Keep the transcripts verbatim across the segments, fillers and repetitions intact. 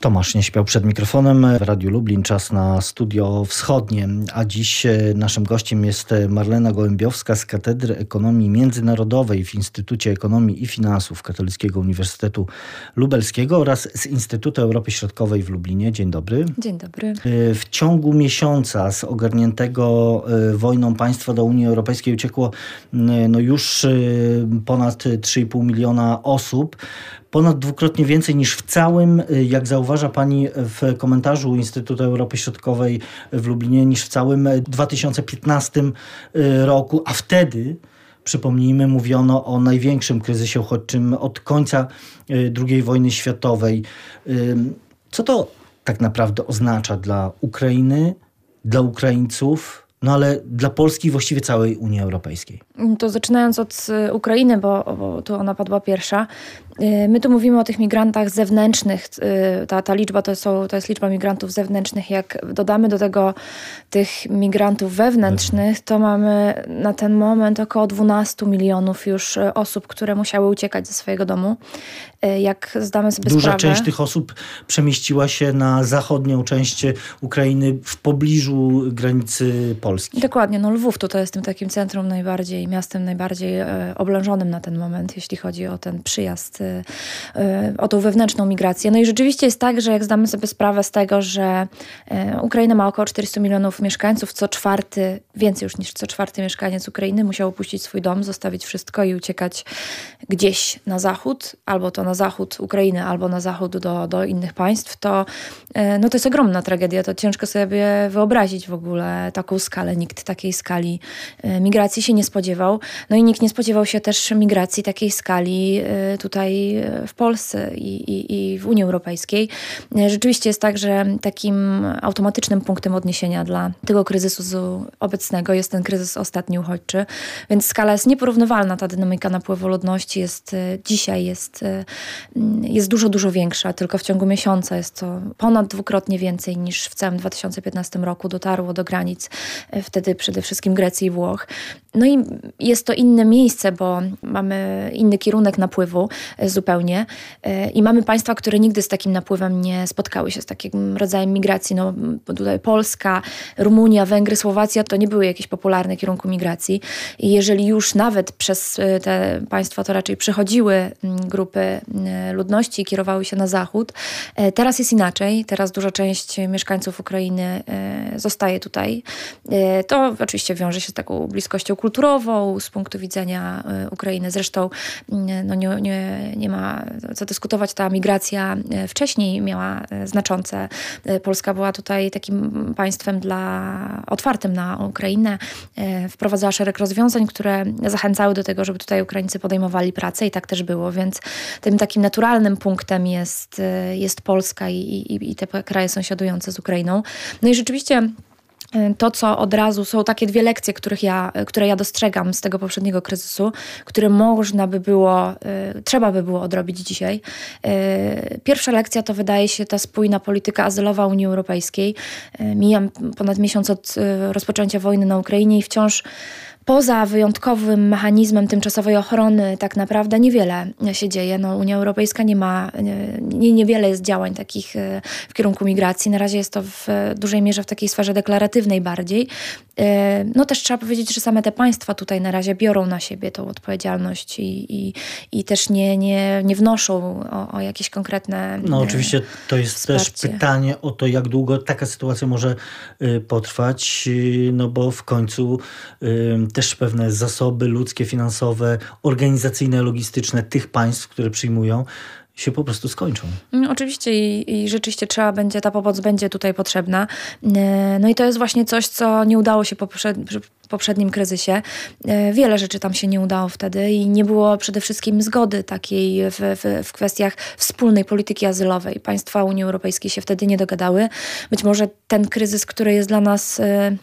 Tomasz nie śpiał przed mikrofonem w Radiu Lublin. Czas na Studio Wschodnie. A dziś naszym gościem jest Marlena Gołębiowska z Katedry Ekonomii Międzynarodowej w Instytucie Ekonomii i Finansów Katolickiego Uniwersytetu Lubelskiego oraz z Instytutu Europy Środkowej w Lublinie. Dzień dobry. Dzień dobry. W ciągu miesiąca z ogarniętego wojną państwa do Unii Europejskiej uciekło no już ponad trzy i pół miliona osób. Ponad dwukrotnie więcej niż w całym, jak zauważa pani w komentarzu Instytutu Europy Środkowej w Lublinie, niż w całym dwa tysiące piętnastym roku, a wtedy, przypomnijmy, mówiono o największym kryzysie uchodźczym od końca drugiej wojny światowej. Co to tak naprawdę oznacza dla Ukrainy, dla Ukraińców, no ale dla Polski i właściwie całej Unii Europejskiej? To zaczynając od Ukrainy, bo, bo tu ona padła pierwsza. My tu mówimy o tych migrantach zewnętrznych. Ta, ta liczba to, są, to jest liczba migrantów zewnętrznych. Jak dodamy do tego tych migrantów wewnętrznych, to mamy na ten moment około dwanaście milionów już osób, które musiały uciekać ze swojego domu. Jak zdamy sobie Duża sprawę... część tych osób przemieściła się na zachodnią część Ukrainy w pobliżu granicy Polski. Dokładnie. No Lwów to, to jest tym takim centrum najbardziej, miastem najbardziej e, oblężonym na ten moment, jeśli chodzi o ten przyjazd, e, e, o tą wewnętrzną migrację. No i rzeczywiście jest tak, że jak zdamy sobie sprawę z tego, że e, Ukraina ma około czterysta milionów mieszkańców, co czwarty, więcej już niż co czwarty mieszkaniec Ukrainy musiał opuścić swój dom, zostawić wszystko i uciekać gdzieś na zachód, albo to na zachód Ukrainy, albo na zachód do, do innych państw, to, e, no to jest ogromna tragedia. To ciężko sobie wyobrazić w ogóle taką skalę. Nikt takiej skali e, migracji się nie spodziewał. No i nikt nie spodziewał się też migracji takiej skali e, tutaj w Polsce i, i, i w Unii Europejskiej. E, rzeczywiście jest tak, że takim automatycznym punktem odniesienia dla tego kryzysu obecnego jest ten kryzys ostatni uchodźczy, więc skala jest nieporównywalna. Ta dynamika napływu ludności jest e, dzisiaj jest, e, jest dużo, dużo większa. Tylko w ciągu miesiąca jest to ponad dwukrotnie więcej niż w całym dwa tysiące piętnastym roku dotarło do granic e, wtedy przede wszystkim Grecji i Włoch. No i jest to inne miejsce, bo mamy inny kierunek napływu zupełnie i mamy państwa, które nigdy z takim napływem nie spotkały się, z takim rodzajem migracji. No tutaj Polska, Rumunia, Węgry, Słowacja to nie były jakieś popularne kierunku migracji. I jeżeli już nawet przez te państwa to raczej przechodziły grupy ludności i kierowały się na zachód, teraz jest inaczej. Teraz duża część mieszkańców Ukrainy zostaje tutaj. To oczywiście wiąże się z taką bliskością kulturową z punktu widzenia Ukrainy. Zresztą no nie, nie, nie ma co dyskutować. Ta migracja wcześniej miała znaczące. Polska była tutaj takim państwem dla, otwartym na Ukrainę. Wprowadzała szereg rozwiązań, które zachęcały do tego, żeby tutaj Ukraińcy podejmowali pracę i tak też było. Więc tym takim naturalnym punktem jest, jest Polska i, i, i te kraje sąsiadujące z Ukrainą. No i rzeczywiście to, co od razu są takie dwie lekcje, których ja, które ja dostrzegam z tego poprzedniego kryzysu, które można by było, y, trzeba by było odrobić dzisiaj. Y, pierwsza lekcja to wydaje się ta spójna polityka azylowa Unii Europejskiej. Y, mijam ponad miesiąc od y, rozpoczęcia wojny na Ukrainie i wciąż poza wyjątkowym mechanizmem tymczasowej ochrony tak naprawdę niewiele się dzieje. No, Unia Europejska nie ma, nie, niewiele jest działań takich w kierunku migracji. Na razie jest to w dużej mierze w takiej sferze deklaratywnej bardziej. No też trzeba powiedzieć, że same te państwa tutaj na razie biorą na siebie tą odpowiedzialność i, i, i też nie, nie, nie wnoszą o, o jakieś konkretne No oczywiście to jest wsparcie. Też pytanie o to, jak długo taka sytuacja może potrwać, no bo w końcu też pewne zasoby ludzkie, finansowe, organizacyjne, logistyczne tych państw, które przyjmują, się po prostu skończą. Oczywiście i, i rzeczywiście trzeba będzie, ta pomoc będzie tutaj potrzebna. No i to jest właśnie coś, co nie udało się po poprzednim kryzysie. Wiele rzeczy tam się nie udało wtedy i nie było przede wszystkim zgody takiej w, w, w kwestiach wspólnej polityki azylowej. Państwa Unii Europejskiej się wtedy nie dogadały. Być może ten kryzys, który jest dla nas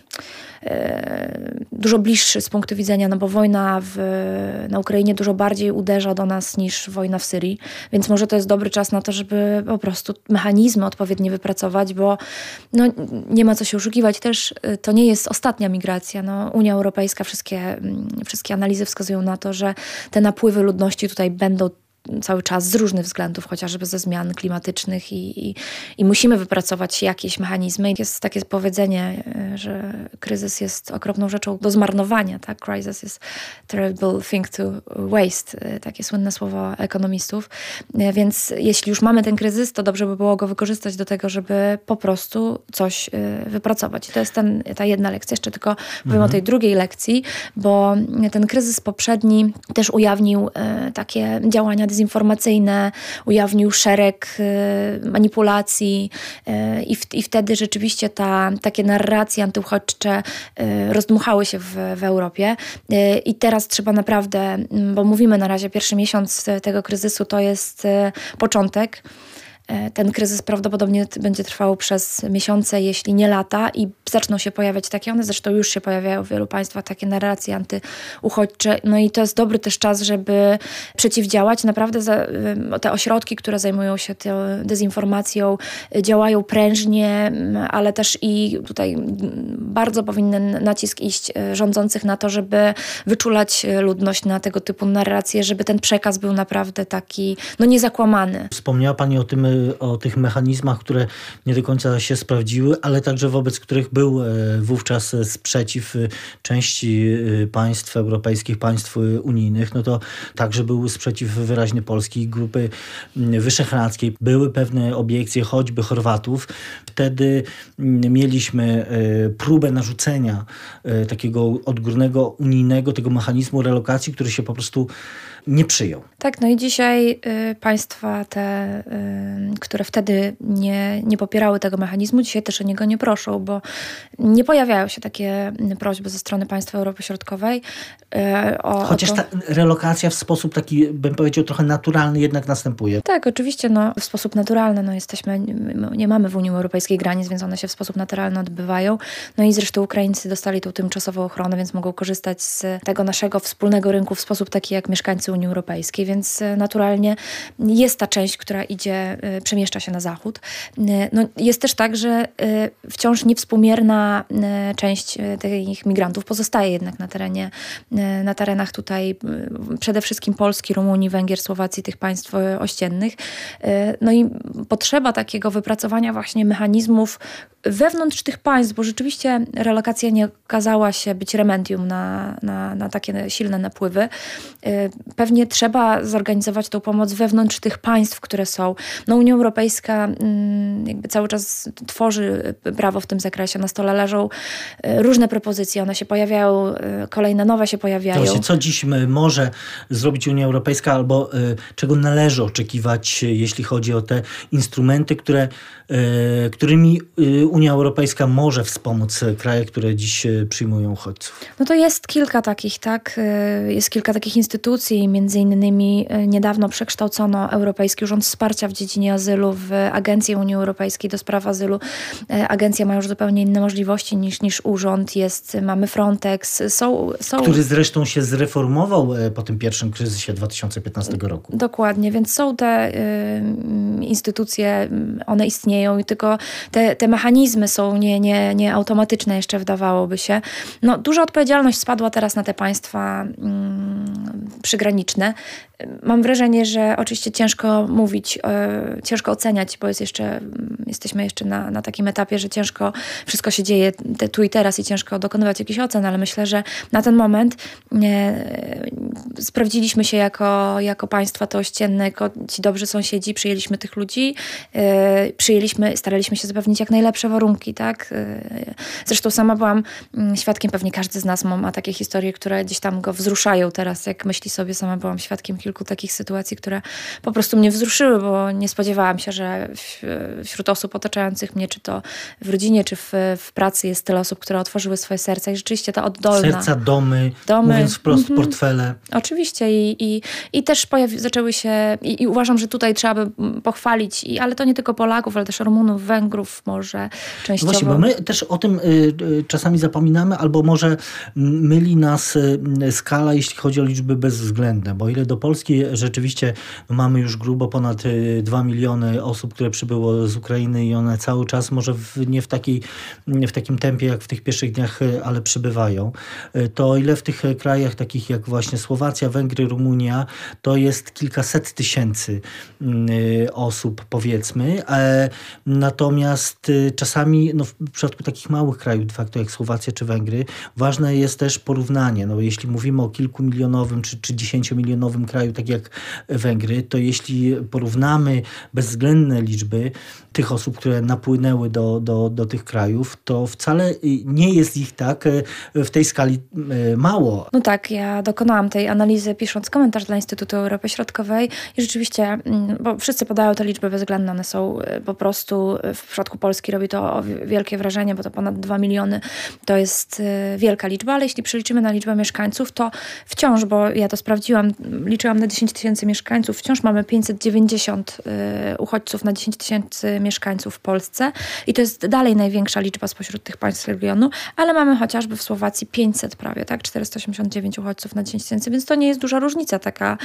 dużo bliższy z punktu widzenia, no bo wojna w, na Ukrainie dużo bardziej uderza do nas niż wojna w Syrii, więc może to jest dobry czas na to, żeby po prostu mechanizmy odpowiednio wypracować, bo no, nie ma co się oszukiwać też, to nie jest ostatnia migracja. No, Unia Europejska, wszystkie, wszystkie analizy wskazują na to, że te napływy ludności tutaj będą cały czas z różnych względów, chociażby ze zmian klimatycznych i, i, i musimy wypracować jakieś mechanizmy. Jest takie powiedzenie, że kryzys jest okropną rzeczą do zmarnowania, tak? Crisis is terrible thing to waste, takie słynne słowo ekonomistów. Więc jeśli już mamy ten kryzys, to dobrze by było go wykorzystać do tego, żeby po prostu coś wypracować. I to jest ten, ta jedna lekcja. Jeszcze tylko powiem mhm. o tej drugiej lekcji, bo ten kryzys poprzedni też ujawnił takie działania dezinformacyjne, ujawnił szereg manipulacji i, w, i wtedy rzeczywiście ta, takie narracje antyuchodźcze rozdmuchały się w, w Europie. I teraz trzeba naprawdę, bo mówimy na razie, pierwszy miesiąc tego kryzysu to jest początek. Ten kryzys prawdopodobnie będzie trwał przez miesiące, jeśli nie lata, i zaczną się pojawiać takie, one zresztą już się pojawiają w wielu państwach, takie narracje antyuchodźcze. No i to jest dobry też czas, żeby przeciwdziałać. Naprawdę za, te ośrodki, które zajmują się tą dezinformacją, działają prężnie, ale też i tutaj bardzo powinien nacisk iść rządzących na to, żeby wyczulać ludność na tego typu narracje, żeby ten przekaz był naprawdę taki, no niezakłamany. Wspomniała Pani o tym, o tych mechanizmach, które nie do końca się sprawdziły, ale także wobec których był wówczas sprzeciw części państw europejskich, państw unijnych. No to także był sprzeciw wyraźny Polski, grupy wyszehradzkiej. Były pewne obiekcje, choćby Chorwatów. Wtedy mieliśmy próbę narzucenia takiego odgórnego, unijnego, tego mechanizmu relokacji, który się po prostu nie przyjął. Tak, no i dzisiaj y, państwa te, y, które wtedy nie, nie popierały tego mechanizmu, dzisiaj też o niego nie proszą, bo nie pojawiają się takie prośby ze strony państw Europy Środkowej. Y, o, Chociaż o to... ta relokacja w sposób taki, bym powiedział, trochę naturalny jednak następuje. Tak, oczywiście, no, w sposób naturalny. No, jesteśmy, nie mamy w Unii Europejskiej granic, więc one się w sposób naturalny odbywają. No i zresztą Ukraińcy dostali tą tymczasową ochronę, więc mogą korzystać z tego naszego wspólnego rynku w sposób taki jak mieszkańcy Unii Europejskiej, więc naturalnie jest ta część, która idzie, przemieszcza się na zachód. No, jest też tak, że wciąż niewspółmierna część tych migrantów pozostaje jednak na terenie, na terenach tutaj przede wszystkim Polski, Rumunii, Węgier, Słowacji, tych państw ościennych. No i potrzeba takiego wypracowania właśnie mechanizmów wewnątrz tych państw, bo rzeczywiście relokacja nie okazała się być remedium na, na, na takie silne napływy. Pewnie trzeba zorganizować tą pomoc wewnątrz tych państw, które są. No Unia Europejska jakby cały czas tworzy prawo w tym zakresie. Na stole leżą różne propozycje, one się pojawiają, kolejne nowe się pojawiają. Właśnie, co dziś może zrobić Unia Europejska albo y, czego należy oczekiwać, jeśli chodzi o te instrumenty, które, y, którymi y, Unia Europejska może wspomóc kraje, które dziś przyjmują uchodźców? No to jest kilka takich, tak? Jest kilka takich instytucji, między innymi niedawno przekształcono Europejski Urząd Wsparcia w dziedzinie azylu w Agencję Unii Europejskiej do spraw azylu. Agencja ma już zupełnie inne możliwości niż, niż urząd. Jest, mamy Frontex. Są, są... Który zresztą się zreformował po tym pierwszym kryzysie dwa tysiące piętnastego roku. Dokładnie, więc są te y, instytucje, one istnieją i tylko te, te mechanizmy są nie, nie, nie automatyczne jeszcze, wydawałoby się. No, duża odpowiedzialność spadła teraz na te państwa mm, przygraniczne. Mam wrażenie, że oczywiście ciężko mówić, e, ciężko oceniać, bo jest jeszcze, jesteśmy jeszcze na, na takim etapie, że ciężko wszystko się dzieje te, tu i teraz i ciężko dokonywać jakichś ocen, ale myślę, że na ten moment e, sprawdziliśmy się jako, jako państwa to ościenne, jako ci dobrzy sąsiedzi, przyjęliśmy tych ludzi, e, przyjęliśmy, staraliśmy się zapewnić jak najlepsze warunki, tak? E, zresztą sama byłam świadkiem, pewnie każdy z nas ma, ma takie historie, które gdzieś tam go wzruszają teraz, jak myśli sobie, sama byłam świadkiem kilku takich sytuacji, które po prostu mnie wzruszyły, bo nie spodziewałam się, że wśród osób otaczających mnie, czy to w rodzinie, czy w, w pracy jest tyle osób, które otworzyły swoje serca i rzeczywiście ta oddolna... Serca, domy, domy mówiąc wprost, mm-hmm. portfele. Oczywiście i, i, i też pojawi, zaczęły się i, i uważam, że tutaj trzeba by pochwalić, i, ale to nie tylko Polaków, ale też Rumunów, Węgrów może częściowo. Właśnie, bo my też o tym y, y, czasami zapominamy, albo może myli nas y, skala, jeśli chodzi o liczby bezwzględne, bo ile do Polski rzeczywiście mamy już grubo ponad dwa miliony miliony osób, które przybyło z Ukrainy i one cały czas, może w, nie w, takiej, w takim tempie jak w tych pierwszych dniach, ale przybywają. To o ile w tych krajach takich jak właśnie Słowacja, Węgry, Rumunia, to jest kilkaset tysięcy osób, powiedzmy. Natomiast czasami no w przypadku takich małych krajów, de facto jak Słowacja czy Węgry, ważne jest też porównanie. No, jeśli mówimy o kilkumilionowym czy, czy dziesięciomilionowym kraju, tak jak Węgry, to jeśli porównamy bezwzględne liczby tych osób, które napłynęły do, do, do tych krajów, to wcale nie jest ich tak w tej skali mało. No tak, ja dokonałam tej analizy pisząc komentarz dla Instytutu Europy Środkowej i rzeczywiście, bo wszyscy podają te liczby bezwzględne, one są po prostu, w przypadku Polski robi to wielkie wrażenie, bo to ponad dwa miliony, to jest wielka liczba, ale jeśli przeliczymy na liczbę mieszkańców, to wciąż, bo ja to sprawdziłam, liczyłam na dziesięć tysięcy mieszkańców, wciąż mamy pięćset dziewięćdziesiąt uchodźców na dziesięć tysięcy mieszkańców w Polsce i to jest dalej największa liczba spośród tych państw regionu, ale mamy chociażby w Słowacji pięćset prawie, tak, czterysta osiemdziesiąt dziewięć uchodźców na dziesięć tysięcy, więc to nie jest duża różnica taka,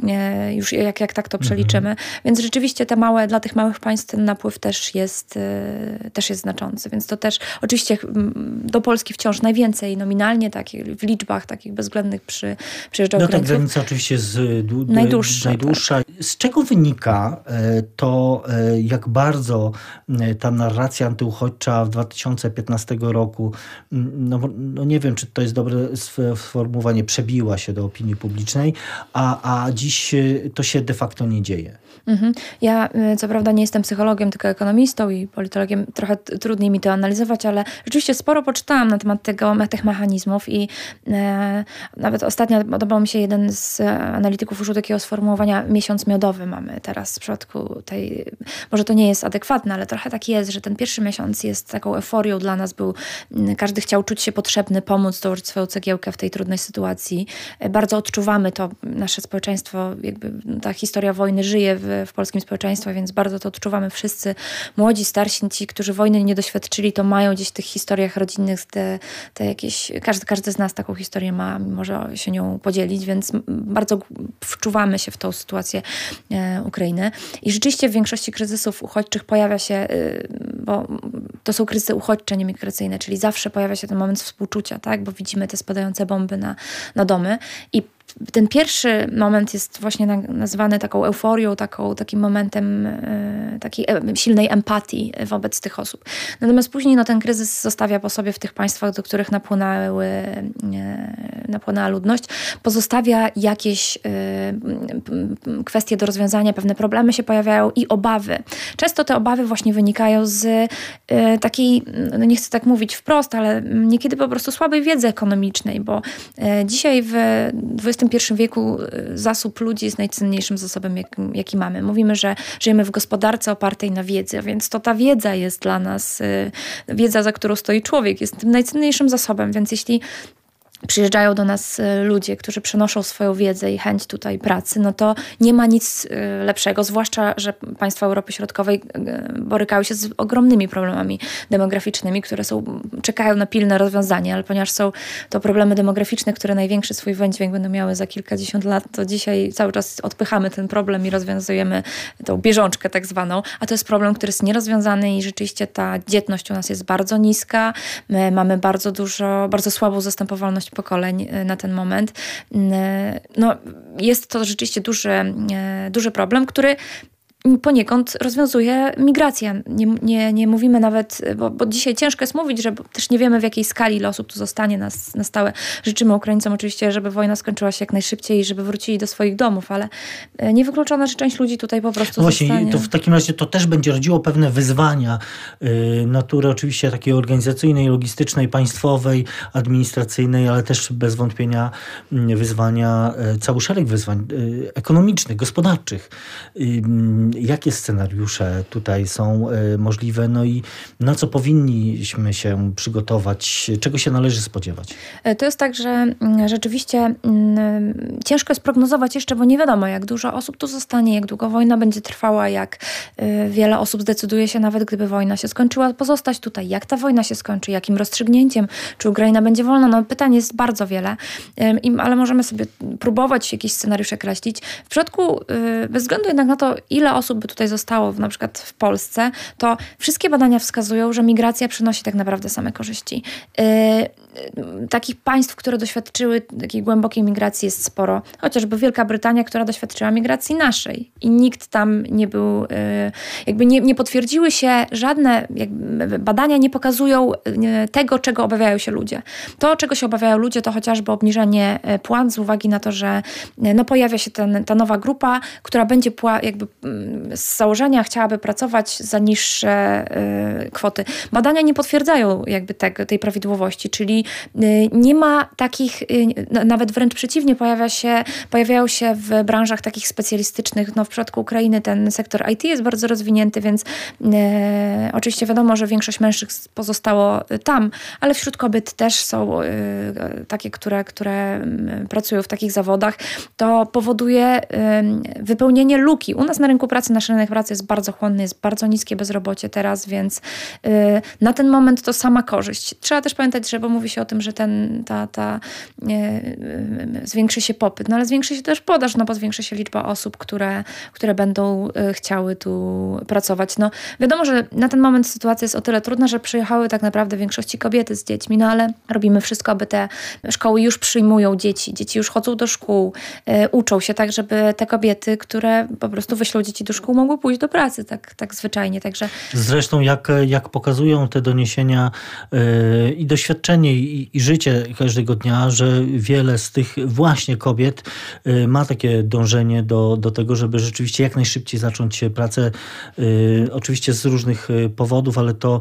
e, już jak, jak tak to przeliczymy. Mhm. Więc rzeczywiście te małe, dla tych małych państw ten napływ też jest, e, też jest znaczący, więc to też oczywiście do Polski wciąż najwięcej nominalnie, tak, w liczbach takich bezwzględnych przy, przyjeżdża No Ukraińców. ta granica oczywiście jest najdłuższa. najdłuższa. Tak. Z czego wynika to, jak bardzo ta narracja antyuchodźcza w dwa tysiące piętnastego roku, no, no nie wiem, czy to jest dobre sformułowanie, przebiła się do opinii publicznej, a, a dziś to się de facto nie dzieje? Mhm. Ja co prawda nie jestem psychologiem, tylko ekonomistą i politologiem. Trochę trudniej mi to analizować, ale rzeczywiście sporo poczytałam na temat tego, tych mechanizmów i e, nawet ostatnio podobał mi się jeden z analityków, użył takiego sformułowania miesiąc miodowy mamy teraz w przypadku tej, może to nie jest adekwatne, ale trochę tak jest, że ten pierwszy miesiąc jest taką euforią dla nas, był, każdy chciał czuć się potrzebny, pomóc, dołożyć swoją cegiełkę w tej trudnej sytuacji. Bardzo odczuwamy to, nasze społeczeństwo, jakby ta historia wojny żyje w w polskim społeczeństwie, więc bardzo to odczuwamy wszyscy. Młodzi, starsi, ci, którzy wojny nie doświadczyli, to mają gdzieś w tych historiach rodzinnych te, te jakieś... Każdy, każdy z nas taką historię ma, może się nią podzielić, więc bardzo wczuwamy się w tą sytuację e, Ukrainy. I rzeczywiście w większości kryzysów uchodźczych pojawia się, e, bo to są kryzysy uchodźcze, nie migracyjne, czyli zawsze pojawia się ten moment współczucia, tak? Bo widzimy te spadające bomby na, na domy i ten pierwszy moment jest właśnie nazwany taką euforią, taką, takim momentem e, takiej e, silnej empatii wobec tych osób. Natomiast później no, ten kryzys zostawia po sobie w tych państwach, do których napłynęły, e, napłynęła ludność, pozostawia jakieś e, kwestie do rozwiązania, pewne problemy się pojawiają i obawy. Często te obawy właśnie wynikają z e, takiej, no nie chcę tak mówić wprost, ale niekiedy po prostu słabej wiedzy ekonomicznej, bo e, dzisiaj w dwudziestym pierwszym wieku zasób ludzi jest najcenniejszym zasobem, jak, jaki mamy. Mówimy, że żyjemy w gospodarce opartej na wiedzy, więc to ta wiedza jest dla nas, wiedza, za którą stoi człowiek, jest tym najcenniejszym zasobem, więc jeśli przyjeżdżają do nas ludzie, którzy przenoszą swoją wiedzę i chęć tutaj pracy, no to nie ma nic lepszego, zwłaszcza, że państwa Europy Środkowej borykały się z ogromnymi problemami demograficznymi, które są, czekają na pilne rozwiązanie, ale ponieważ są to problemy demograficzne, które największy swój wydźwięk będą miały za kilkadziesiąt lat, to dzisiaj cały czas odpychamy ten problem i rozwiązujemy tą bieżączkę tak zwaną, a to jest problem, który jest nierozwiązany i rzeczywiście ta dzietność u nas jest bardzo niska, my mamy bardzo dużo, bardzo słabą zastępowalność pokoleń na ten moment. No, jest to rzeczywiście duży, duży problem, który poniekąd rozwiązuje migracja. Nie, nie, nie mówimy nawet, bo, bo dzisiaj ciężko jest mówić, że też nie wiemy, w jakiej skali ile osób tu zostanie na, na stałe. Życzymy Ukraińcom oczywiście, żeby wojna skończyła się jak najszybciej i żeby wrócili do swoich domów, ale niewykluczone, że część ludzi tutaj po prostu no właśnie, zostanie. To w takim razie to też będzie rodziło pewne wyzwania yy, natury oczywiście takiej organizacyjnej, logistycznej, państwowej, administracyjnej, ale też bez wątpienia yy, wyzwania, yy, cały szereg wyzwań yy, ekonomicznych, gospodarczych. Yy, Jakie scenariusze tutaj są y, możliwe, no i na co powinniśmy się przygotować, czego się należy spodziewać? To jest tak, że rzeczywiście y, ciężko jest prognozować jeszcze, bo nie wiadomo, jak dużo osób tu zostanie, jak długo wojna będzie trwała, jak y, wiele osób zdecyduje się, nawet gdyby wojna się skończyła, pozostać tutaj, jak ta wojna się skończy, jakim rozstrzygnięciem, czy Ukraina będzie wolna. No pytań jest bardzo wiele, y, ale możemy sobie próbować jakieś scenariusze kreślić. W przypadku, y, bez względu jednak na to, ile osób osób by tutaj zostało na przykład w Polsce, to wszystkie badania wskazują, że migracja przynosi tak naprawdę same korzyści. Yy, takich państw, które doświadczyły takiej głębokiej migracji jest sporo. Chociażby Wielka Brytania, która doświadczyła migracji naszej i nikt tam nie był, yy, jakby nie, nie potwierdziły się żadne jakby badania, nie pokazują yy, tego, czego obawiają się ludzie. To, czego się obawiają ludzie, to chociażby obniżenie płac z uwagi na to, że yy, no, pojawia się ten, ta nowa grupa, która będzie pła- jakby yy, z założenia chciałaby pracować za niższe yy, kwoty. Badania nie potwierdzają jakby tego, tej prawidłowości, czyli yy, nie ma takich, yy, nawet wręcz przeciwnie, pojawia się, pojawiają się w branżach takich specjalistycznych. No, w przypadku Ukrainy ten sektor I T jest bardzo rozwinięty, więc yy, oczywiście wiadomo, że większość mężczyzn pozostało tam, ale wśród kobiet też są yy, takie, które, które pracują w takich zawodach. To powoduje yy, wypełnienie luki. U nas na rynku pracy, nasz rynek pracy jest bardzo chłonny, jest bardzo niskie bezrobocie teraz, więc yy, na ten moment to sama korzyść. Trzeba też pamiętać, że bo mówi się o tym, że ten, ta, ta yy, yy, zwiększy się popyt, no ale zwiększy się też podaż, no bo zwiększy się liczba osób, które, które będą yy, chciały tu pracować. No wiadomo, że na ten moment sytuacja jest o tyle trudna, że przyjechały tak naprawdę w większości kobiety z dziećmi, no ale robimy wszystko, aby te szkoły już przyjmują dzieci, dzieci już chodzą do szkół, yy, uczą się tak, żeby te kobiety, które po prostu wyślą dzieci do szkół, mogły pójść do pracy, tak, tak zwyczajnie. Także... Zresztą jak, jak pokazują te doniesienia yy, i doświadczenie i, i życie każdego dnia, że wiele z tych właśnie kobiet yy, ma takie dążenie do, do tego, żeby rzeczywiście jak najszybciej zacząć pracę. Yy, oczywiście z różnych powodów, ale to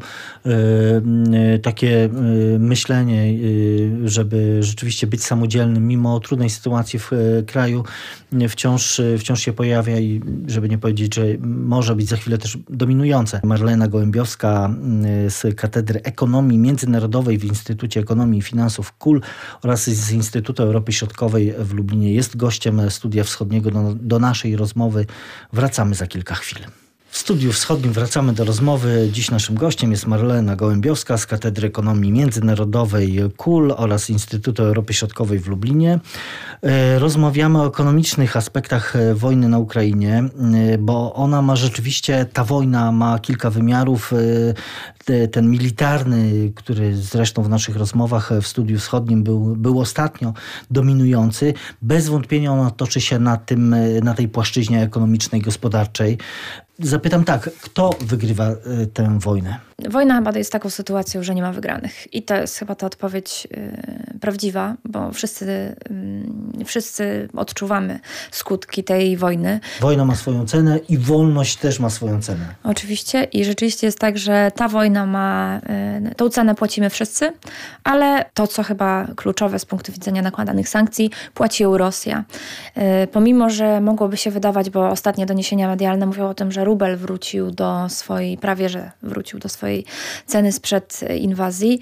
yy, takie yy, myślenie, yy, żeby rzeczywiście być samodzielnym mimo trudnej sytuacji w yy, kraju wciąż, wciąż się pojawia i żeby nie powiedzieć, że może być za chwilę też dominujące. Marlena Gołębiowska z Katedry Ekonomii Międzynarodowej w Instytucie Ekonomii i Finansów K U L oraz z Instytutu Europy Środkowej w Lublinie jest gościem Studia Wschodniego. Do, do naszej rozmowy wracamy za kilka chwil. W Studiu Wschodnim wracamy do rozmowy. Dziś naszym gościem jest Marlena Gołębiowska z Katedry Ekonomii Międzynarodowej K U L oraz Instytutu Europy Środkowej w Lublinie. Rozmawiamy o ekonomicznych aspektach wojny na Ukrainie, bo ona ma rzeczywiście, ta wojna ma kilka wymiarów. Ten militarny, który zresztą w naszych rozmowach w Studiu Wschodnim był, był ostatnio dominujący, bez wątpienia ona toczy się na, tym, na tej płaszczyźnie ekonomicznej, gospodarczej. Zapytam tak, kto wygrywa tę wojnę? Wojna chyba jest taką sytuacją, że nie ma wygranych. I to jest chyba ta odpowiedź yy, prawdziwa, bo wszyscy, yy, wszyscy odczuwamy skutki tej wojny. Wojna ma swoją cenę i wolność też ma swoją cenę. Oczywiście i rzeczywiście jest tak, że ta wojna ma, yy, tą cenę płacimy wszyscy, ale to, co chyba kluczowe z punktu widzenia nakładanych sankcji, płaci ją Rosja. Yy, pomimo, że mogłoby się wydawać, bo ostatnie doniesienia medialne mówią o tym, że rubel wrócił do swojej, prawie że wrócił do swojej ceny sprzed inwazji.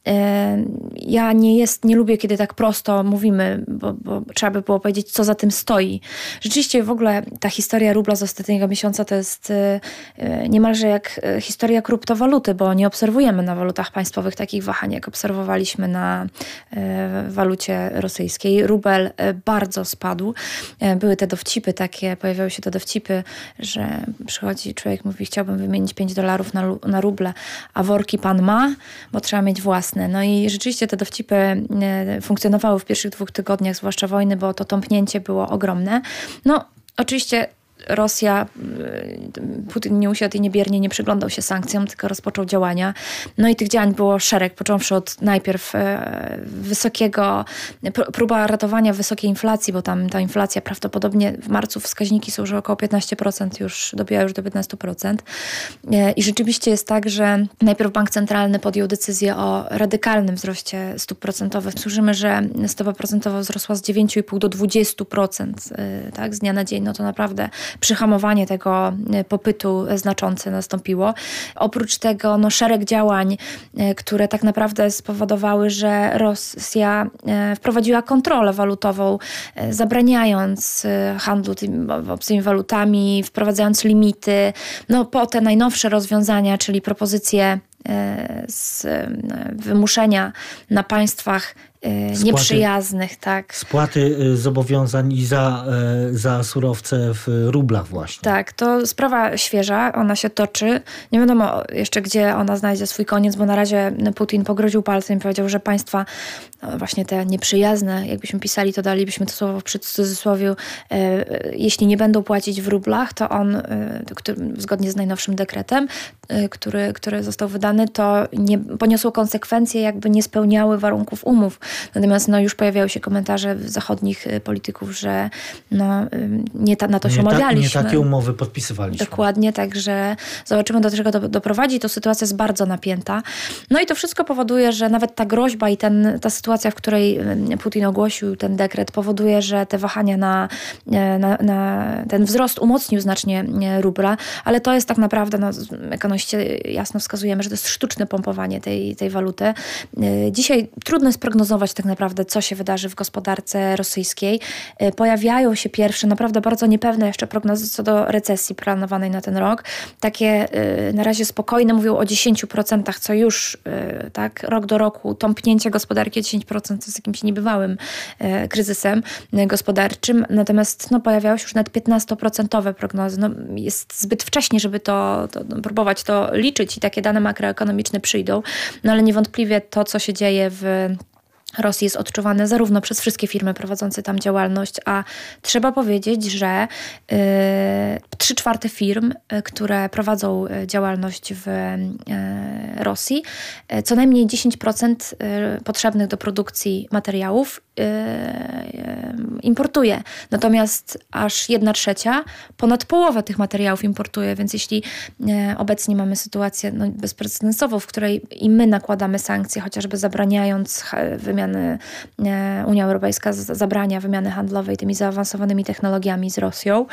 Ja nie, jest, nie lubię, kiedy tak prosto mówimy, bo, bo trzeba by było powiedzieć, co za tym stoi. Rzeczywiście w ogóle ta historia rubla z ostatniego miesiąca to jest niemalże jak historia kryptowaluty, bo nie obserwujemy na walutach państwowych takich wahań, jak obserwowaliśmy na walucie rosyjskiej. Rubel bardzo spadł. Były te dowcipy takie, pojawiały się te dowcipy, że przychodzi człowiek, mówi, chciałbym wymienić pięć dolarów na, na ruble, a worki pan ma, bo trzeba mieć własne. No i rzeczywiście te dowcipy funkcjonowały w pierwszych dwóch tygodniach, zwłaszcza wojny, bo to tąpnięcie było ogromne. No oczywiście Rosja, Putin nie usiadł i niebiernie nie przyglądał się sankcjom, tylko rozpoczął działania. No i tych działań było szereg, począwszy od najpierw wysokiego, próba ratowania wysokiej inflacji, bo tam ta inflacja prawdopodobnie w marcu wskaźniki są już około piętnaście procent, już dobiła już do piętnaście procent. I rzeczywiście jest tak, że najpierw bank centralny podjął decyzję o radykalnym wzroście stóp procentowych. Słyszymy, że stopa procentowa wzrosła z dziewięć i pół do dwadzieścia procent, tak, z dnia na dzień. No to naprawdę przyhamowanie tego popytu znaczące nastąpiło. Oprócz tego no, szereg działań, które tak naprawdę spowodowały, że Rosja wprowadziła kontrolę walutową, zabraniając handlu tymi obcymi walutami, wprowadzając limity. No, po te najnowsze rozwiązania, czyli propozycje z wymuszenia na państwach Spłaty, nieprzyjaznych. Tak. Spłaty zobowiązań i za, za surowce w rublach właśnie. Tak, to sprawa świeża, ona się toczy. Nie wiadomo jeszcze, gdzie ona znajdzie swój koniec, bo na razie Putin pogroził palcem i powiedział, że państwa no właśnie te nieprzyjazne, jakbyśmy pisali, to dalibyśmy to słowo przy cudzysłowiu, e, jeśli nie będą płacić w rublach, to on, e, który, zgodnie z najnowszym dekretem, e, który, który został wydany, to nie poniosło konsekwencje, jakby nie spełniały warunków umów. Natomiast no, już pojawiały się komentarze zachodnich polityków, że no, nie ta, na to się nie umawialiśmy. Ta, nie takie umowy podpisywaliśmy. Dokładnie, także zobaczymy, do czego to doprowadzi. To sytuacja jest bardzo napięta. No i to wszystko powoduje, że nawet ta groźba i ten, ta sytuacja, w której Putin ogłosił ten dekret, powoduje, że te wahania na, na, na ten wzrost umocnił znacznie rubla, ale to jest tak naprawdę, no, ekonomiści jasno wskazujemy, że to jest sztuczne pompowanie tej, tej waluty. Dzisiaj trudno jest prognozować tak naprawdę, co się wydarzy w gospodarce rosyjskiej. Pojawiają się pierwsze, naprawdę bardzo niepewne jeszcze prognozy co do recesji planowanej na ten rok. Takie na razie spokojne mówią o dziesięć procent, co już tak rok do roku tąpnięcie gospodarki o dziesięć procent jest jakimś niebywałym kryzysem gospodarczym. Natomiast no, pojawiają się już nawet piętnastoprocentowe prognozy. No, jest zbyt wcześnie, żeby to, to no, próbować to liczyć i takie dane makroekonomiczne przyjdą. No ale niewątpliwie to, co się dzieje w Rosji, jest odczuwane zarówno przez wszystkie firmy prowadzące tam działalność, a trzeba powiedzieć, że trzy czwarte firm, które prowadzą działalność w y, Rosji, y, co najmniej dziesięć procent y, potrzebnych do produkcji materiałów y, y, importuje. Natomiast aż jedna trzecia, ponad połowę tych materiałów importuje, więc jeśli y, obecnie mamy sytuację no, bezprecedensową, w której i my nakładamy sankcje, chociażby zabraniając wymiany, Unia Europejska zabrania wymiany handlowej tymi zaawansowanymi technologiami z Rosją,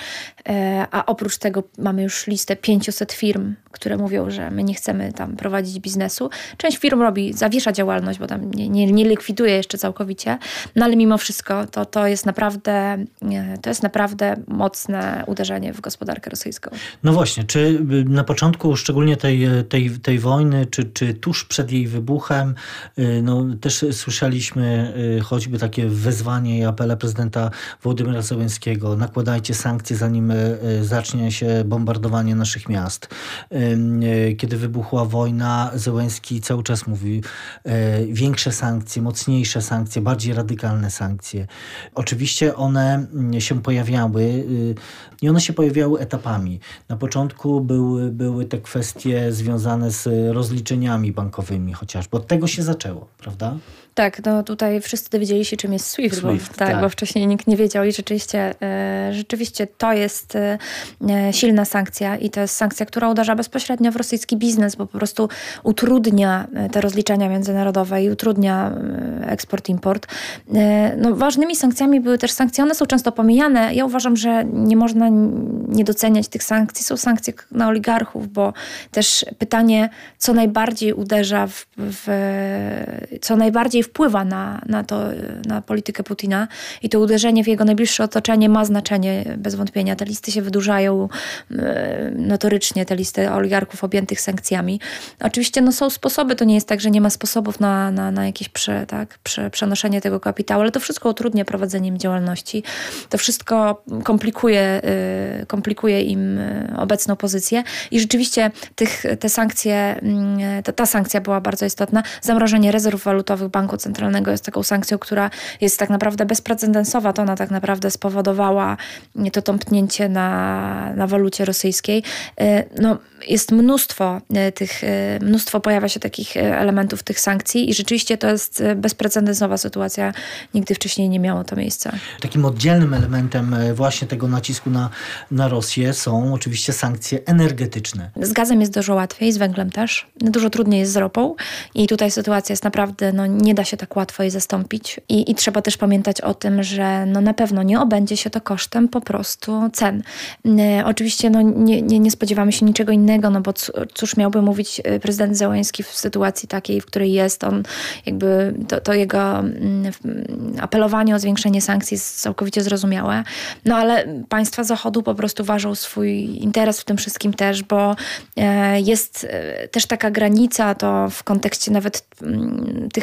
a oprócz tego mamy już listę pięciuset firm, które mówią, że my nie chcemy tam prowadzić biznesu. Część firm robi, zawiesza działalność, bo tam nie, nie, nie likwiduje jeszcze całkowicie, no ale mimo wszystko to, to jest naprawdę to jest naprawdę mocne uderzenie w gospodarkę rosyjską. No właśnie, czy na początku szczególnie tej, tej, tej wojny, czy, czy tuż przed jej wybuchem, no też słyszeliśmy choćby takie wezwanie i apele prezydenta Wołodymyra Zełenskiego: nakładajcie sankcje, zanim zacznie się bombardowanie naszych miast. Kiedy wybuchła wojna, Zełenski cały czas mówi większe sankcje, mocniejsze sankcje, bardziej radykalne sankcje. Oczywiście one się pojawiały i one się pojawiały etapami. Na początku były, były te kwestie związane z rozliczeniami bankowymi chociażby. Od tego się zaczęło, prawda? Tak, no tutaj wszyscy dowiedzieli się, czym jest SWIFT, SWIFT bo, tak, tak. bo wcześniej nikt nie wiedział i rzeczywiście, e, rzeczywiście to jest e, silna sankcja i to jest sankcja, która uderza bezpośrednio w rosyjski biznes, bo po prostu utrudnia te rozliczenia międzynarodowe i utrudnia e, eksport, import. E, no, ważnymi sankcjami były też sankcje, one są często pomijane. Ja uważam, że nie można nie doceniać tych sankcji. Są sankcje na oligarchów, bo też pytanie, co najbardziej uderza w, w co najbardziej wpływa na, na, to, na politykę Putina i to uderzenie w jego najbliższe otoczenie ma znaczenie bez wątpienia. Te listy się wydłużają e, notorycznie, te listy oligarchów objętych sankcjami. Oczywiście no, są sposoby, to nie jest tak, że nie ma sposobów na, na, na jakieś prze, tak, prze, przenoszenie tego kapitału, ale to wszystko utrudnia prowadzeniem działalności. To wszystko komplikuje, e, komplikuje im obecną pozycję i rzeczywiście tych, te sankcje, ta, ta sankcja była bardzo istotna. Zamrożenie rezerw walutowych Banku Centralnego jest taką sankcją, która jest tak naprawdę bezprecedensowa. To ona tak naprawdę spowodowała to tąpnięcie na, na walucie rosyjskiej. No, jest mnóstwo tych, mnóstwo pojawia się takich elementów tych sankcji i rzeczywiście to jest bezprecedensowa sytuacja. Nigdy wcześniej nie miało to miejsca. Takim oddzielnym elementem właśnie tego nacisku na, na Rosję są oczywiście sankcje energetyczne. Z gazem jest dużo łatwiej, z węglem też. Dużo trudniej jest z ropą i tutaj sytuacja jest naprawdę, no nie da się tak łatwo jej zastąpić. I, i trzeba też pamiętać o tym, że no na pewno nie obędzie się to kosztem po prostu cen. E, oczywiście no nie, nie, nie spodziewamy się niczego innego, no bo cóż miałby mówić prezydent Zełenski w sytuacji takiej, w której jest on, jakby to, to jego mm, apelowanie o zwiększenie sankcji jest całkowicie zrozumiałe. No ale państwa Zachodu po prostu ważą swój interes w tym wszystkim też, bo e, jest e, też taka granica, to w kontekście nawet m, tych, ty, o tym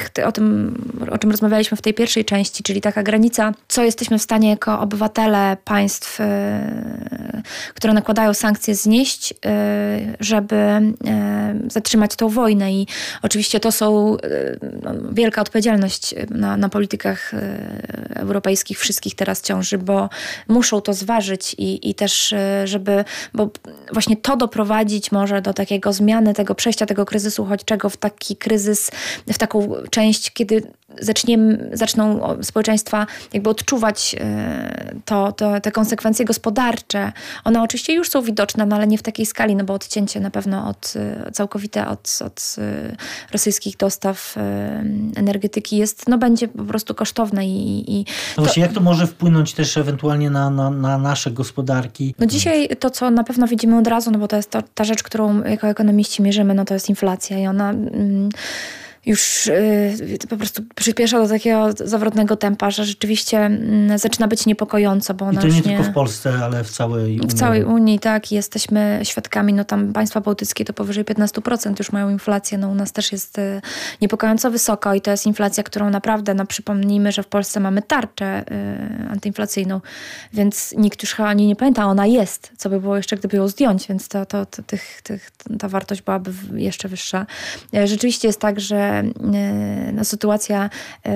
czym, o czym rozmawialiśmy w tej pierwszej części, czyli taka granica, co jesteśmy w stanie jako obywatele państw, które nakładają sankcje, znieść, żeby zatrzymać tą wojnę. I oczywiście to są no, wielka odpowiedzialność na, na politykach europejskich wszystkich teraz ciąży, bo muszą to zważyć i, i też, żeby, bo właśnie to doprowadzić może do takiego zmiany, tego przejścia tego kryzysu uchodźczego w taki kryzys, w taką część, kiedy zaczniemy, zaczną społeczeństwa jakby odczuwać to, to, te konsekwencje gospodarcze. One oczywiście już są widoczne, no ale nie w takiej skali, no bo odcięcie na pewno od, całkowite od, od rosyjskich dostaw energetyki jest, no będzie po prostu kosztowne. I, i no właśnie, to, jak to może wpłynąć też ewentualnie na, na, na nasze gospodarki? No dzisiaj to, co na pewno widzimy od razu, no bo to jest to, ta rzecz, którą jako ekonomiści mierzymy, no to jest inflacja i ona... Mm, już y, po prostu przyspiesza do takiego zawrotnego tempa, że rzeczywiście y, zaczyna być niepokojąco. Bo ona I to nie, nie tylko w Polsce, ale w całej Unii. W całej Unii, tak. Jesteśmy świadkami, no tam państwa bałtyckie to powyżej piętnaście procent już mają inflację. No u nas też jest y, niepokojąco wysoko i to jest inflacja, którą naprawdę, no przypomnijmy, że w Polsce mamy tarczę y, antyinflacyjną, więc nikt już chyba nie pamięta, ona jest. Co by było jeszcze, gdyby ją zdjąć, więc to, to, to, tych, tych, ta wartość byłaby jeszcze wyższa. Rzeczywiście jest tak, że no, sytuacja,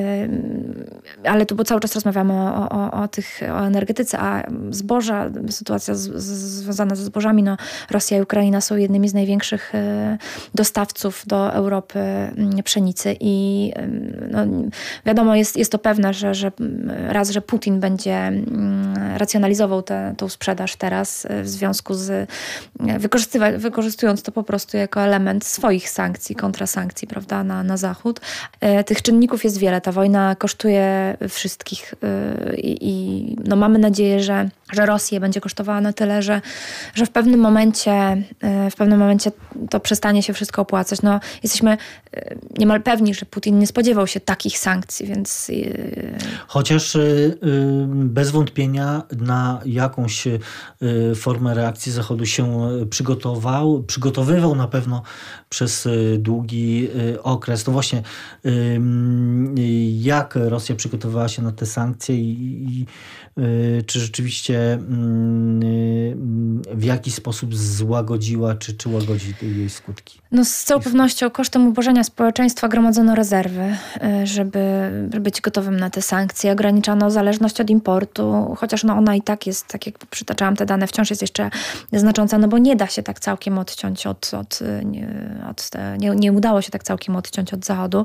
ale tu bo cały czas rozmawiamy o, o, o, tych, o energetyce, a zboża, sytuacja z, z, związana ze zbożami, no Rosja i Ukraina są jednymi z największych dostawców do Europy pszenicy i no, wiadomo, jest, jest to pewne, że, że raz, że Putin będzie racjonalizował tę tą sprzedaż teraz w związku z wykorzystując to po prostu jako element swoich sankcji, kontrasankcji, prawda, na, na Zachód. Tych czynników jest wiele. Ta wojna kosztuje wszystkich i, i no mamy nadzieję, że, że Rosję będzie kosztowała na tyle, że, że w pewnym momencie w pewnym momencie to przestanie się wszystko opłacać. No, jesteśmy niemal pewni, że Putin nie spodziewał się takich sankcji, więc... Chociaż bez wątpienia na jakąś formę reakcji Zachodu się przygotował, przygotowywał na pewno przez długi okres. No właśnie, jak Rosja przygotowywała się na te sankcje i, i czy rzeczywiście w jaki sposób złagodziła, czy, czy łagodzi jej skutki? No z całą pewnością kosztem ubożenia społeczeństwa gromadzono rezerwy, żeby być gotowym na te sankcje. Ograniczano zależność od importu, chociaż no ona i tak jest, tak jak przytaczałam te dane, wciąż jest jeszcze znacząca, no bo nie da się tak całkiem odciąć od, od, nie, od nie, nie udało się tak całkiem odciąć od Zachodu.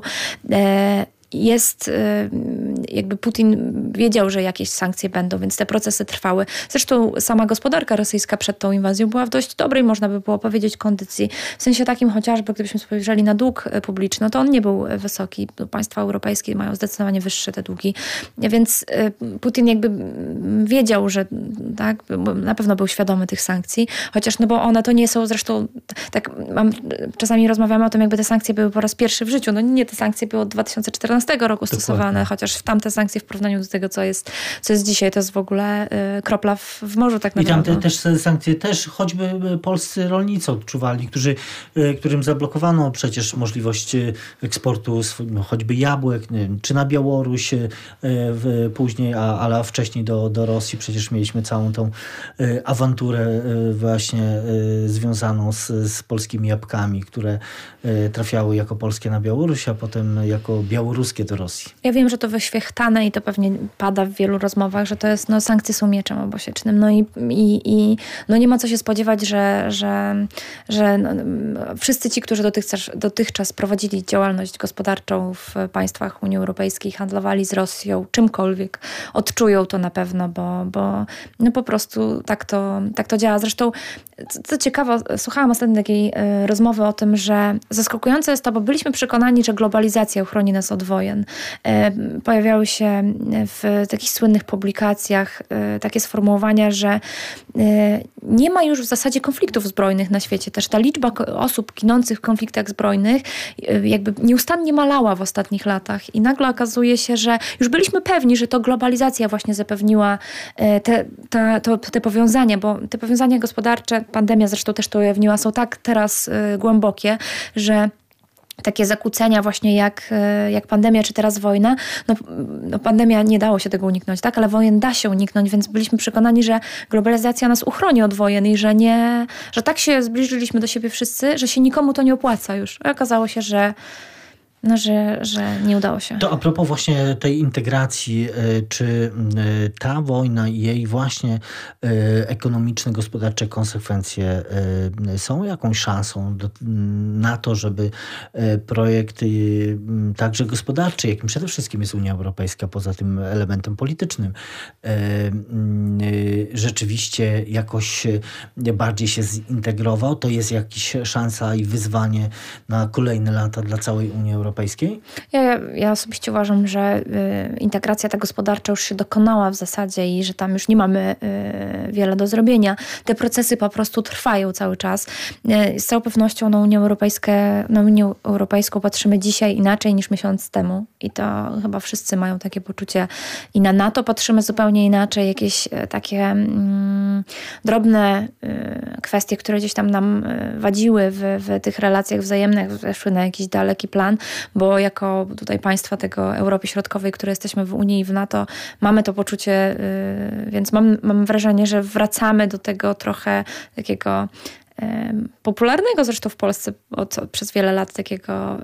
Jest, jakby Putin wiedział, że jakieś sankcje będą, więc te procesy trwały. Zresztą sama gospodarka rosyjska przed tą inwazją była w dość dobrej, można by było powiedzieć, kondycji. W sensie takim chociażby, gdybyśmy spojrzeli na dług publiczny, no to on nie był wysoki. Państwa europejskie mają zdecydowanie wyższe te długi. Więc Putin jakby wiedział, że tak, na pewno był świadomy tych sankcji, chociaż no bo one to nie są zresztą, tak mam, czasami rozmawiamy o tym, jakby te sankcje były po raz pierwszy w życiu. No nie, te sankcje były od dwa tysiące czternastego roku stosowane, dokładnie. Chociaż w tamte sankcje w porównaniu do tego, co jest, co jest dzisiaj, to jest w ogóle y, kropla w, w morzu tak naprawdę. I tamte też sankcje też choćby polscy rolnicy odczuwali, którzy, y, którym zablokowano przecież możliwość eksportu no, choćby jabłek, nie wiem, czy na Białoruś y, w, później, a, ale wcześniej do, do Rosji. Przecież mieliśmy całą tą y, awanturę y, właśnie y, związaną z, z polskimi jabłkami, które y, trafiały jako polskie na Białoruś, a potem jako białoruskie do Rosji. Ja wiem, że to wyświechtane i to pewnie pada w wielu rozmowach, że to jest, no sankcje są mieczem obosiecznym. No i, i, i no nie ma co się spodziewać, że, że, że no, wszyscy ci, którzy dotychczas, dotychczas prowadzili działalność gospodarczą w państwach Unii Europejskiej, handlowali z Rosją czymkolwiek, odczują to na pewno, bo, bo no po prostu tak to, tak to działa. Zresztą, co, co ciekawe, słuchałam ostatnio takiej y, rozmowy o tym, że zaskakujące jest to, bo byliśmy przekonani, że globalizacja uchroni nas od wojen. Pojawiały się w takich słynnych publikacjach takie sformułowania, że nie ma już w zasadzie konfliktów zbrojnych na świecie. Też ta liczba osób ginących w konfliktach zbrojnych jakby nieustannie malała w ostatnich latach i nagle okazuje się, że już byliśmy pewni, że to globalizacja właśnie zapewniła te, te, to, te powiązania, bo te powiązania gospodarcze, pandemia zresztą też to ujawniła, są tak teraz głębokie, że takie zakłócenia właśnie jak, jak pandemia, czy teraz wojna. No, no pandemia nie dało się tego uniknąć, tak? Ale wojen da się uniknąć, więc byliśmy przekonani, że globalizacja nas uchroni od wojen i że nie, że tak się zbliżyliśmy do siebie wszyscy, że się nikomu to nie opłaca już. A okazało się, że No, że, że nie udało się. To a propos właśnie tej integracji, czy ta wojna i jej właśnie ekonomiczne, gospodarcze konsekwencje są jakąś szansą do, na to, żeby projekt także gospodarczy, jakim przede wszystkim jest Unia Europejska, poza tym elementem politycznym, rzeczywiście jakoś bardziej się zintegrował? To jest jakaś szansa i wyzwanie na kolejne lata dla całej Unii Europejskiej? Europejskiej? Ja, ja osobiście uważam, że y, integracja ta gospodarcza już się dokonała w zasadzie i że tam już nie mamy y, wiele do zrobienia. Te procesy po prostu trwają cały czas. Y, z całą pewnością na Unię Europejską, na Unię Europejską patrzymy dzisiaj inaczej niż miesiąc temu i to chyba wszyscy mają takie poczucie. I na NATO patrzymy zupełnie inaczej. Jakieś y, takie mm, drobne y, kwestie, które gdzieś tam nam y, wadziły w, w tych relacjach wzajemnych, weszły na jakiś daleki plan, bo jako tutaj państwa tego Europy Środkowej, które jesteśmy w Unii i w NATO, mamy to poczucie, yy, więc mam, mam wrażenie, że wracamy do tego trochę takiego popularnego zresztą w Polsce od, przez wiele lat takiego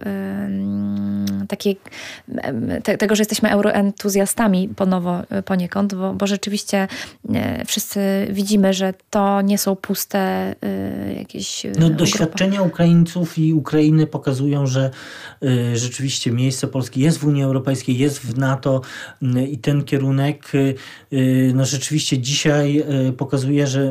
takiej, te, tego, że jesteśmy euroentuzjastami ponowo poniekąd, bo, bo rzeczywiście wszyscy widzimy, że to nie są puste jakieś No, doświadczenia Ukraińców i Ukrainy pokazują, że y, rzeczywiście miejsce Polski jest w Unii Europejskiej, jest w NATO y, i ten kierunek y, y, no rzeczywiście dzisiaj y, pokazuje, że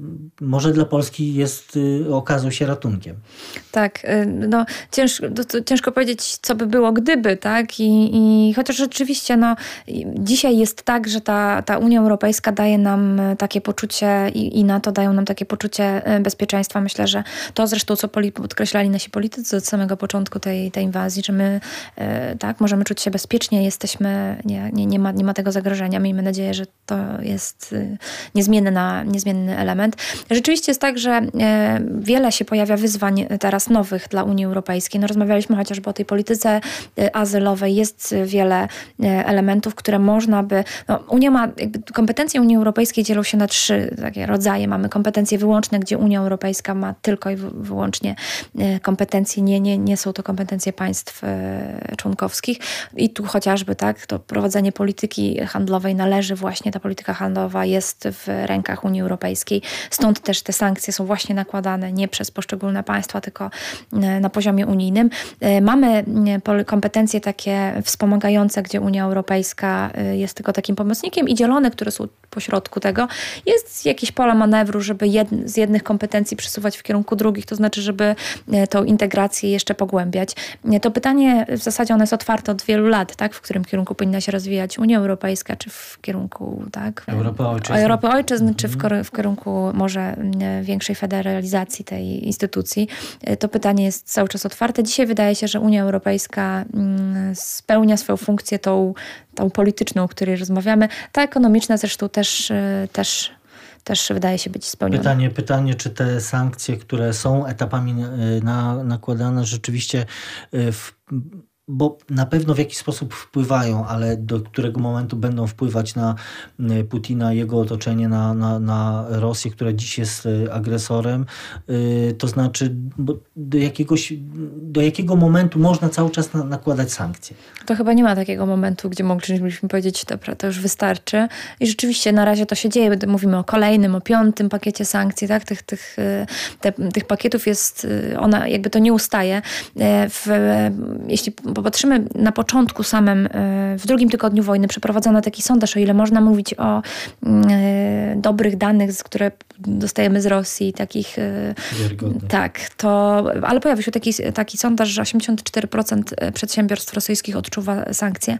może dla Polski jest okazał się ratunkiem. Tak, no ciężko, ciężko powiedzieć, co by było gdyby, tak? I, i chociaż rzeczywiście no, dzisiaj jest tak, że ta, ta Unia Europejska daje nam takie poczucie i, i NATO dają nam takie poczucie bezpieczeństwa. Myślę, że to zresztą, co podkreślali nasi politycy od samego początku tej, tej inwazji, że my tak, możemy czuć się bezpiecznie, jesteśmy, nie, nie, nie, ma, nie ma tego zagrożenia. Miejmy nadzieję, że to jest niezmienny, niezmienny element. Rzeczywiście jest tak, że wiele się pojawia wyzwań teraz nowych dla Unii Europejskiej. No, rozmawialiśmy chociażby o tej polityce azylowej. Jest wiele elementów, które można by... No, Unia ma... Jakby kompetencje Unii Europejskiej dzielą się na trzy takie rodzaje. Mamy kompetencje wyłączne, gdzie Unia Europejska ma tylko i wyłącznie kompetencje. Nie, nie, nie są to kompetencje państw członkowskich. I tu chociażby tak, to prowadzenie polityki handlowej należy właśnie, ta polityka handlowa jest w rękach Unii Europejskiej. Stąd też te sankcje są właśnie nakładane nie przez poszczególne państwa, tylko na poziomie unijnym. Mamy kompetencje takie wspomagające, gdzie Unia Europejska jest tylko takim pomocnikiem i zielone, które są pośrodku tego. Jest jakieś pole manewru, żeby jed, z jednych kompetencji przesuwać w kierunku drugich, to znaczy, żeby tą integrację jeszcze pogłębiać. To pytanie w zasadzie ono jest otwarte od wielu lat, tak? W którym kierunku powinna się rozwijać Unia Europejska, czy w kierunku tak? Europy Ojczyzn, Europy Ojczyzn mhm. czy w, w kierunku może większej federalizacji tej instytucji. To pytanie jest cały czas otwarte. Dzisiaj wydaje się, że Unia Europejska spełnia swoją funkcję tą, tą polityczną, o której rozmawiamy. Ta ekonomiczna zresztą też, też, też wydaje się być spełniona. Pytanie, pytanie, czy te sankcje, które są etapami na, nakładane, rzeczywiście w bo na pewno w jakiś sposób wpływają, ale do którego momentu będą wpływać na Putina, jego otoczenie, na, na, na Rosję, która dziś jest agresorem. To znaczy, bo do, jakiegoś, do jakiego momentu można cały czas na, nakładać sankcje? To chyba nie ma takiego momentu, gdzie moglibyśmy powiedzieć, dobra, to już wystarczy. I rzeczywiście na razie to się dzieje. Mówimy o kolejnym, o piątym pakiecie sankcji. Tak? Tych, tych, te, tych pakietów jest, ona jakby to nie ustaje. W, jeśli popatrzymy na początku samym, w drugim tygodniu wojny przeprowadzono taki sondaż, o ile można mówić o dobrych danych, które dostajemy z Rosji, takich... Wiarygodnych. Tak, to... Ale pojawił się taki, taki sondaż, że osiemdziesiąt cztery procent przedsiębiorstw rosyjskich odczuwa sankcje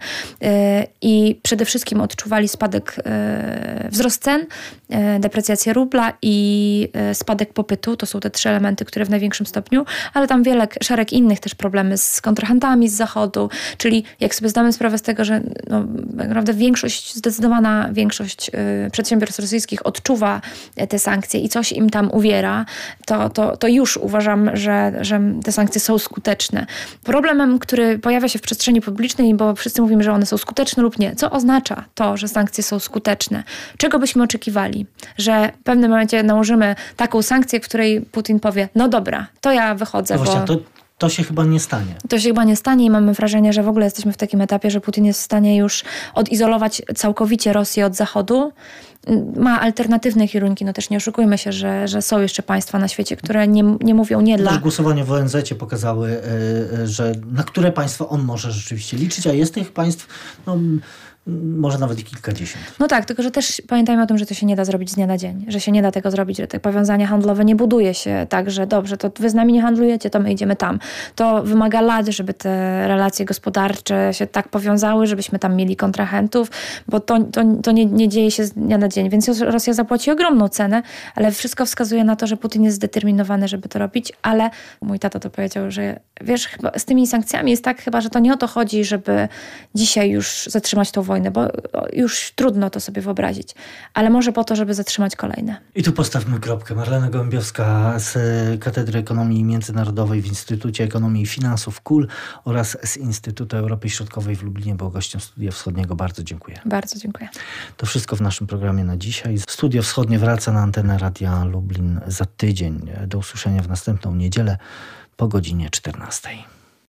i przede wszystkim odczuwali spadek, wzrost cen, deprecjację rubla i spadek popytu. To są te trzy elementy, które w największym stopniu, ale tam wiele, szereg innych też problemy z kontrahentami, z Zachodu, czyli jak sobie zdamy sprawę z tego, że no, naprawdę większość, zdecydowana większość y, przedsiębiorstw rosyjskich odczuwa te sankcje i coś im tam uwiera, to, to, to już uważam, że, że te sankcje są skuteczne. Problemem, który pojawia się w przestrzeni publicznej, bo wszyscy mówimy, że one są skuteczne lub nie. Co oznacza to, że sankcje są skuteczne? Czego byśmy oczekiwali? Że w pewnym momencie nałożymy taką sankcję, w której Putin powie, no dobra, to ja wychodzę, no właśnie, bo... to... To się chyba nie stanie. To się chyba nie stanie i mamy wrażenie, że w ogóle jesteśmy w takim etapie, że Putin jest w stanie już odizolować całkowicie Rosję od Zachodu. Ma alternatywne kierunki, no też nie oszukujmy się, że, że są jeszcze państwa na świecie, które nie, nie mówią nie dla... Też głosowania w O N Z-cie pokazały, że na które państwo on może rzeczywiście liczyć, a jest tych państw... No, może nawet i kilkadziesiąt. No tak, tylko że też pamiętajmy o tym, że to się nie da zrobić z dnia na dzień. Że się nie da tego zrobić, że te powiązania handlowe nie buduje się tak, że dobrze, to wy z nami nie handlujecie, to my idziemy tam. To wymaga lat, żeby te relacje gospodarcze się tak powiązały, żebyśmy tam mieli kontrahentów, bo to, to, to nie, nie dzieje się z dnia na dzień. Więc Rosja zapłaci ogromną cenę, ale wszystko wskazuje na to, że Putin jest zdeterminowany, żeby to robić, ale mój tata to powiedział, że wiesz, chyba z tymi sankcjami jest tak chyba, że to nie o to chodzi, żeby dzisiaj już zatrzymać tą wojnę, bo już trudno to sobie wyobrazić, ale może po to, żeby zatrzymać kolejne. I tu postawmy kropkę. Marlena Gołębiowska z Katedry Ekonomii Międzynarodowej w Instytucie Ekonomii i Finansów K U L oraz z Instytutu Europy Środkowej w Lublinie był gościem Studia Wschodniego. Bardzo dziękuję. Bardzo dziękuję. To wszystko w naszym programie na dzisiaj. Studio Wschodnie wraca na antenę Radia Lublin za tydzień. Do usłyszenia w następną niedzielę po godzinie czternastej.